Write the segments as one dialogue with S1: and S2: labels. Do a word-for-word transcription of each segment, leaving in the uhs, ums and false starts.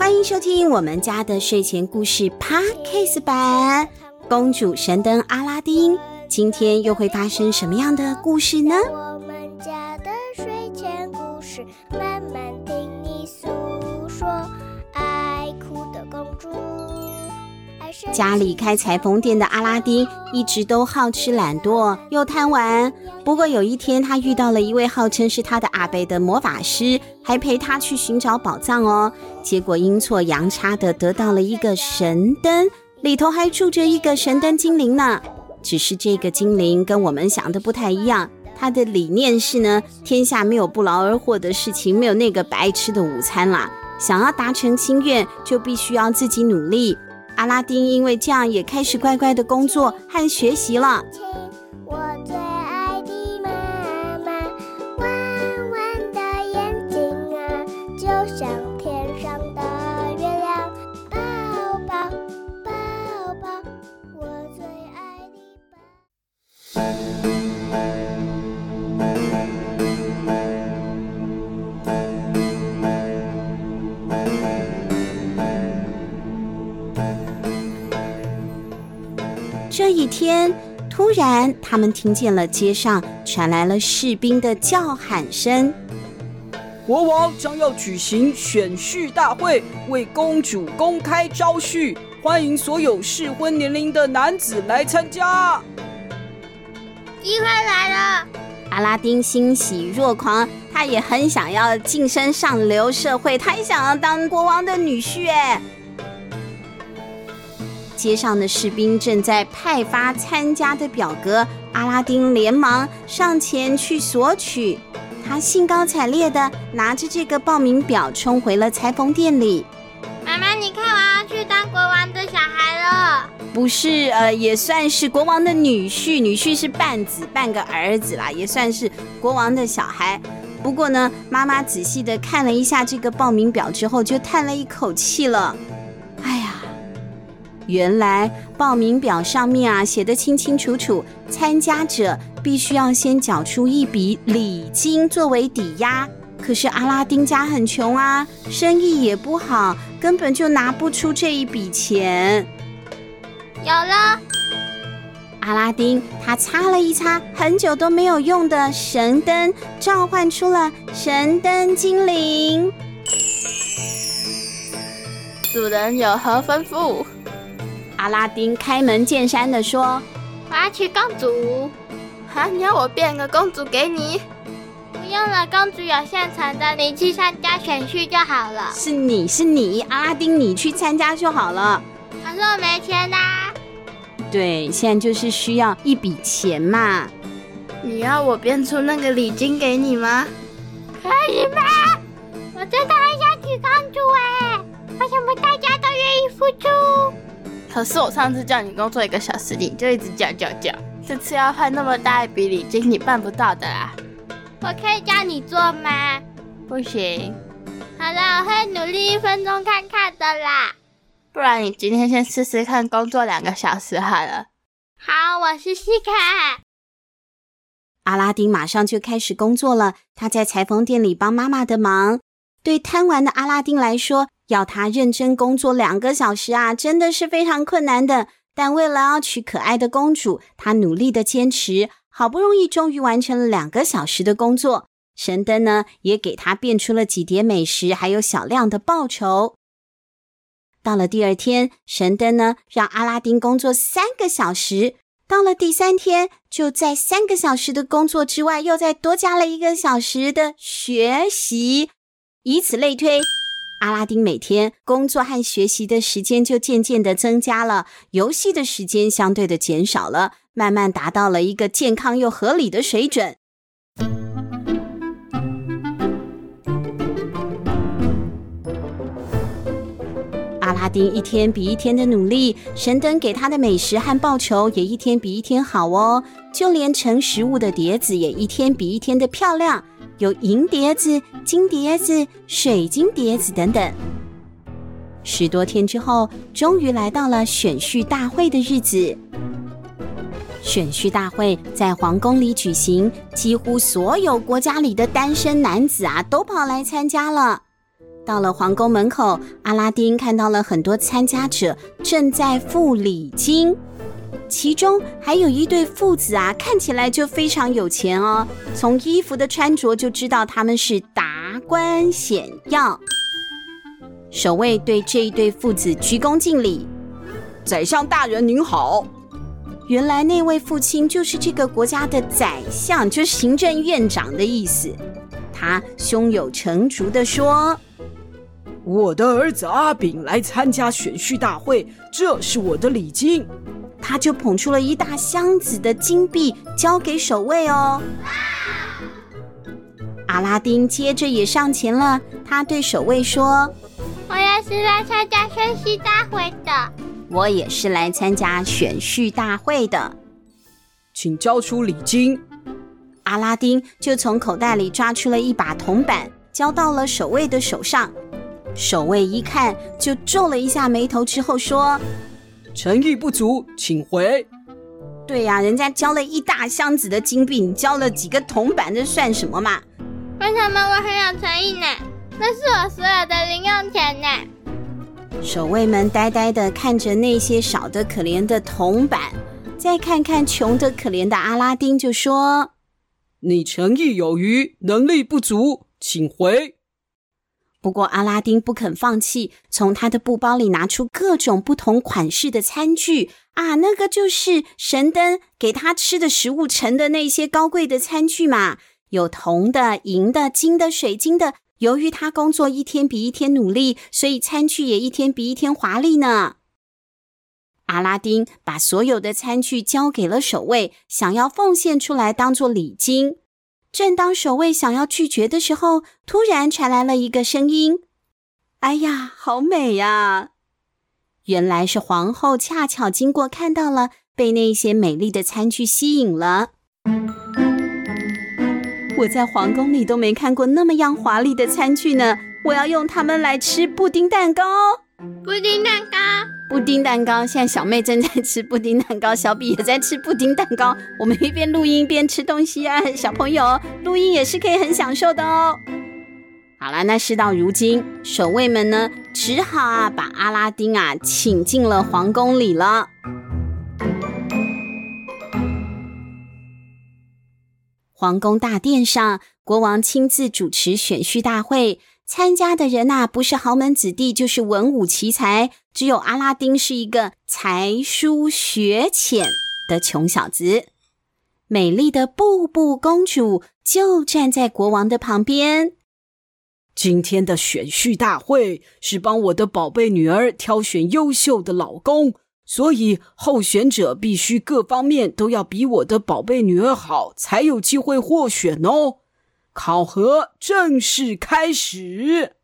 S1: 欢迎收听我们家的睡前故事 Podcast 版公主神灯阿拉丁，今天又会发生什么样的故事呢？
S2: 我们家的睡前故事，慢慢听你诉说，爱哭的公主。
S1: 家里开裁缝店的阿拉丁一直都好吃懒惰又贪玩，不过有一天他遇到了一位号称是他的阿伯的魔法师，还陪他去寻找宝藏哦。结果阴错阳差的得到了一个神灯，里头还住着一个神灯精灵呢。只是这个精灵跟我们想的不太一样，他的理念是呢，天下没有不劳而获的事情，没有那个白吃的午餐啦。想要达成心愿，就必须要自己努力。阿拉丁因为这样也开始乖乖的工作和学习了。
S2: 我最爱的妈妈，弯弯的眼睛啊，就像天上的月亮，抱抱抱抱，我最爱的
S1: 这一天，突然他们听见了街上传来了士兵的叫喊声。
S3: 国王将要举行选婿大会，为公主公开招婿，欢迎所有适婚年龄的男子来参加。
S2: 机会来了！
S1: 阿拉丁欣喜若狂，他也很想要晋升上流社会，他也想要当国王的女婿耶。街上的士兵正在派发参加的表格，阿拉丁连忙上前去索取。他兴高采烈地拿着这个报名表冲回了裁缝店里。
S2: 妈妈，你看，我要去当国王的小孩了。
S1: 不是，呃，也算是国王的女婿，女婿是半子半个儿子啦，也算是国王的小孩。不过呢，妈妈仔细地看了一下这个报名表之后，就叹了一口气了。哎呀，原来报名表上面啊写得清清楚楚，参加者必须要先缴出一笔礼金作为抵押。可是阿拉丁家很穷啊，生意也不好，根本就拿不出这一笔钱。
S2: 有了，
S1: 阿拉丁他擦了一擦很久都没有用的神灯，召唤出了神灯精灵。
S4: 主人有何吩咐？
S1: 阿拉丁开门见山地说：
S2: 我要娶公主。
S4: 啊，你要我变个公主给你？
S2: 不用了，公主有现成的，你去参加选婿就好了。
S1: 是你是你阿拉丁，你去参加就好了。
S2: 可是我没钱啦。
S1: 对，现在就是需要一笔钱嘛。
S4: 你要我变出那个礼金给你吗？
S2: 可以吗？我真的很想娶公主哎，为什么大家都愿意付出？
S4: 可是我上次叫你工作一个小时，你就一直叫叫叫。这次要换那么大一笔礼金，你办不到的啦。
S2: 我可以叫你做吗？
S4: 不行。
S2: 好了，我会努力一分钟看看的啦。
S4: 不然你今天先试试看工作两个小时好了。
S2: 好，我试试看。
S1: 阿拉丁马上就开始工作了，他在裁缝店里帮妈妈的忙。对贪玩的阿拉丁来说，要他认真工作两个小时啊，真的是非常困难的。但为了要娶可爱的公主，他努力的坚持，好不容易终于完成了两个小时的工作。神灯呢，也给他变出了几碟美食，还有小量的报酬。到了第二天，神灯呢让阿拉丁工作三个小时。到了第三天，就在三个小时的工作之外，又再多加了一个小时的学习。以此类推，阿拉丁每天工作和学习的时间就渐渐的增加了，游戏的时间相对的减少了，慢慢达到了一个健康又合理的水准。阿拉丁一天比一天的努力，神灯给他的美食和报酬也一天比一天好哦。就连盛食物的碟子也一天比一天的漂亮，有银碟子、金碟子、水晶碟子等等。十多天之后，终于来到了选婿大会的日子。选婿大会在皇宫里举行，几乎所有国家里的单身男子啊，都跑来参加了。 到了皇宫门口，阿拉丁看到了很多参加者正在付礼金，其中还有一对父子啊，看起来就非常有钱哦，从衣服的穿着就知道他们是达官显要。守卫对这一对父子鞠躬敬礼，
S3: 宰相大人您好。
S1: 原来那位父亲就是这个国家的宰相，就是行政院长的意思。他胸有成竹地说，
S3: 我的儿子阿炳来参加选婿大会，这是我的礼金。
S1: 他就捧出了一大箱子的金币交给守卫哦。阿拉丁接着也上前了，他对守卫说，
S2: 我也是来参加选婿大会的。
S1: 我也是来参加选婿大会的，
S3: 请交出礼金。
S1: 阿拉丁就从口袋里抓出了一把铜板，交到了守卫的手上。守卫一看就皱了一下眉头，之后说，
S3: 诚意不足，请回。
S1: 对呀、啊，人家交了一大箱子的金币，你交了几个铜板，这算什么嘛？
S2: 为什么我很有诚意呢？那是我所有的零用钱呢。
S1: 守卫们呆呆地看着那些少得可怜的铜板，再看看穷得可怜的阿拉丁，就说，
S3: 你诚意有余，能力不足，请回。
S1: 不过阿拉丁不肯放弃，从他的布包里拿出各种不同款式的餐具啊，那个就是神灯给他吃的食物盛的那些高贵的餐具嘛，有铜的、银的、金的、水晶的。由于他工作一天比一天努力，所以餐具也一天比一天华丽呢。阿拉丁把所有的餐具交给了守卫，想要奉献出来当作礼金。正当守卫想要拒绝的时候，突然传来了一个声音，哎呀，好美呀！原来是皇后恰巧经过看到了，被那些美丽的餐具吸引了。我在皇宫里都没看过那么样华丽的餐具呢，我要用它们来吃布丁蛋糕。
S2: 布丁蛋糕，
S1: 布丁蛋糕，现在小妹正在吃布丁蛋糕，小比也在吃布丁蛋糕，我们一边录音一边吃东西啊，小朋友录音也是可以很享受的哦。好了，那事到如今，守卫们呢只好啊把阿拉丁啊请进了皇宫里了。皇宫大殿上，国王亲自主持选婿大会，参加的人啊，不是豪门子弟，就是文武奇才，只有阿拉丁是一个才疏学浅的穷小子。美丽的布布公主就站在国王的旁边。
S3: 今天的选婿大会是帮我的宝贝女儿挑选优秀的老公，所以候选者必须各方面都要比我的宝贝女儿好，才有机会获选哦。考核正式开始。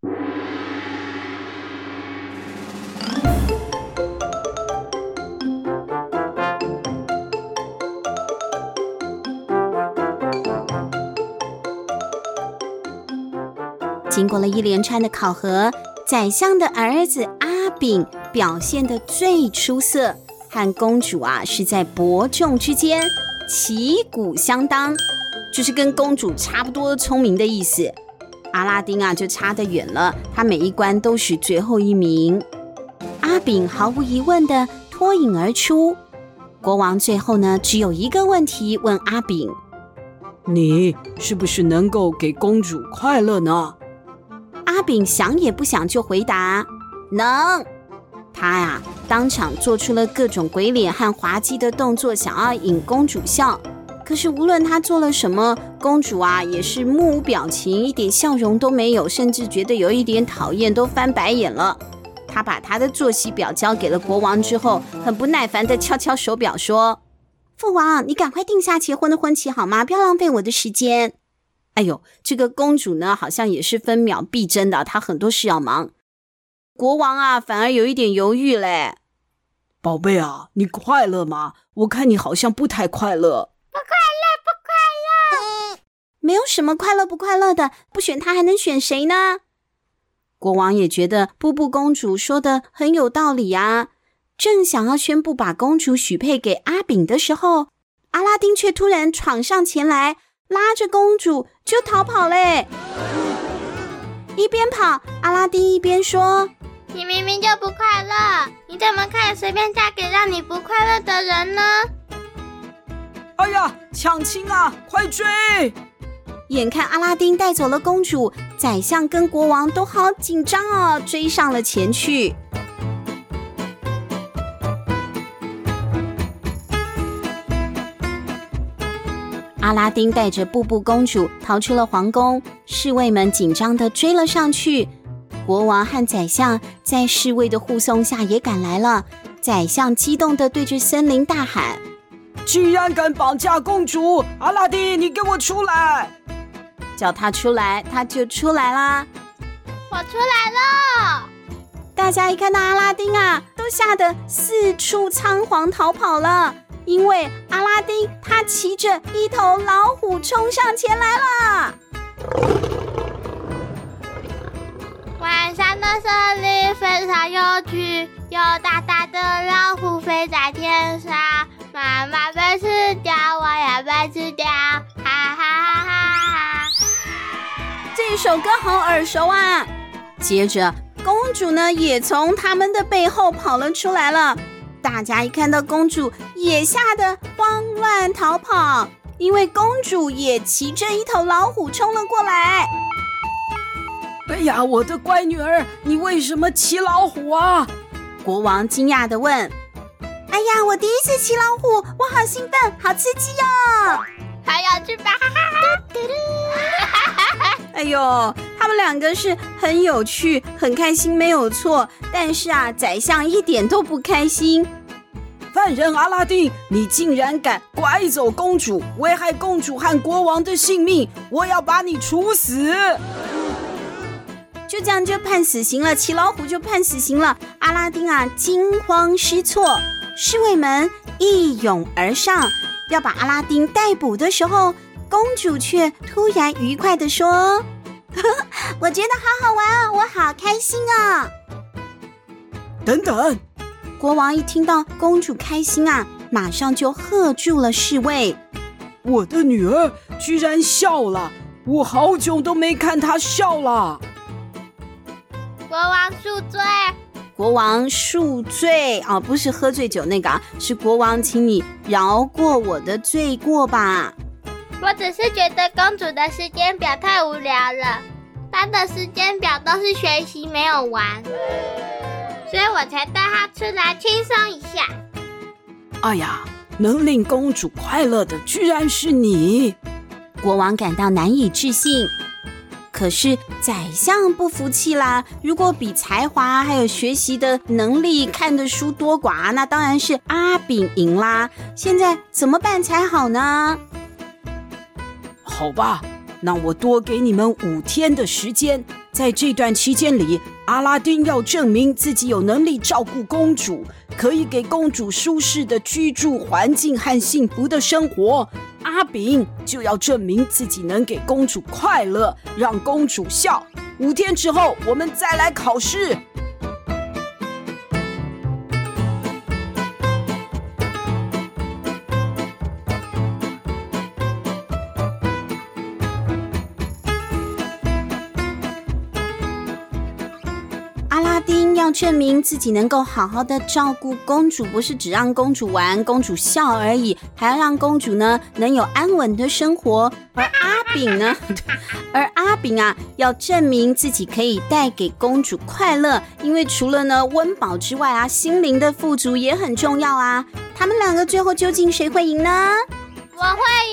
S1: 经过了一连串的考核，宰相的儿子阿炳表现得最出色，和公主啊是在伯仲之间，旗鼓相当，就是跟公主差不多聪明的意思。阿拉丁啊就差得远了，他每一关都是最后一名。阿炳毫无疑问的脱颖而出。国王最后呢只有一个问题问阿炳：
S3: 你是不是能够给公主快乐呢？
S1: 阿炳想也不想就回答：能。他呀当场做出了各种鬼脸和滑稽的动作，想要引公主笑。可是无论他做了什么，公主啊也是目无表情，一点笑容都没有，甚至觉得有一点讨厌，都翻白眼了。他把他的作息表交给了国王之后，很不耐烦地敲敲手表说：父王，你赶快定下结婚的婚期好吗？不要浪费我的时间。哎呦，这个公主呢好像也是分秒必争的，她很多事要忙。国王啊反而有一点犹豫嘞。
S3: 宝贝啊，你快乐吗？我看你好像不太快乐。
S2: 不快乐，不快乐。
S1: 没有什么快乐不快乐的，不选她还能选谁呢？国王也觉得布布公主说的很有道理啊，正想要宣布把公主许配给阿炳的时候，阿拉丁却突然闯上前来，拉着公主就逃跑嘞。 一边跑，阿拉丁一边说：
S2: 你明明就不快乐，你怎么可以随便嫁给让你不快乐的人呢？
S3: 哎呀，抢亲啊，快追！
S1: 眼看阿拉丁带走了公主，宰相跟国王都好紧张哦，追上了前去。阿拉丁带着布布公主逃出了皇宫，侍卫们紧张地追了上去。国王和宰相在侍卫的护送下也赶来了。宰相激动地对着森林大喊：
S3: 居然敢绑架公主！阿拉丁，你给我出来！
S1: 叫他出来，他就出来啦。
S2: 我出来了！
S1: 大家一看到阿拉丁啊，都吓得四处仓皇逃跑了。因为阿拉丁他骑着一头老虎冲上前来了。
S2: 晚上的森林非常有趣，有大大的老虎飞在天上，妈妈被吃掉，我也被吃掉，哈哈哈哈哈！
S1: 这首歌好耳熟啊！接着，公主呢也从他们的背后跑了出来了。大家一看到公主，也吓得慌乱逃跑，因为公主也骑着一头老虎冲了过来。
S3: 哎呀，我的乖女儿，你为什么骑老虎啊？
S1: 国王惊讶地问。哎呀，我第一次骑老虎，我好兴奋，好刺激哦！
S2: 好有趣吧？
S1: 哎呦，他们两个是很有趣，很开心，没有错。但是啊，宰相一点都不开心。
S3: 犯人阿拉丁，你竟然敢拐走公主，危害公主和国王的性命，我要把你处死！
S1: 就这样就判死刑了，骑老虎就判死刑了。阿拉丁啊，惊慌失措，侍卫们一拥而上，要把阿拉丁逮捕的时候，公主却突然愉快地说：我觉得好好玩啊，我好开心啊！
S3: 等等，
S1: 国王一听到公主开心啊，马上就喝住了侍卫。
S3: 我的女儿居然笑了，我好久都没看她笑了。
S2: 国王恕罪！
S1: 国王恕罪啊，不是喝醉酒那个啊，是国王，请你饶过我的罪过吧。
S2: 我只是觉得公主的时间表太无聊了，她的时间表都是学习没有玩，所以我才带她出来轻松一下。
S3: 哎呀，能令公主快乐的居然是你！
S1: 国王感到难以置信。可是宰相不服气啦，如果比才华还有学习的能力，看的书多寡，那当然是阿炳赢啦。现在怎么办才好呢？
S3: 好吧，那我多给你们五天的时间，在这段期间里，阿拉丁要证明自己有能力照顾公主，可以给公主舒适的居住环境和幸福的生活。阿炳就要证明自己能给公主快乐，让公主笑。五天之后，我们再来考试。
S1: 阿拉丁要证明自己能够好好的照顾公主，不是只让公主玩、公主笑而已，还要让公主呢能有安稳的生活。而阿炳呢，而阿炳啊，要证明自己可以带给公主快乐，因为除了呢温饱之外啊，心灵的富足也很重要啊。他们两个最后究竟谁会赢呢？
S2: 我会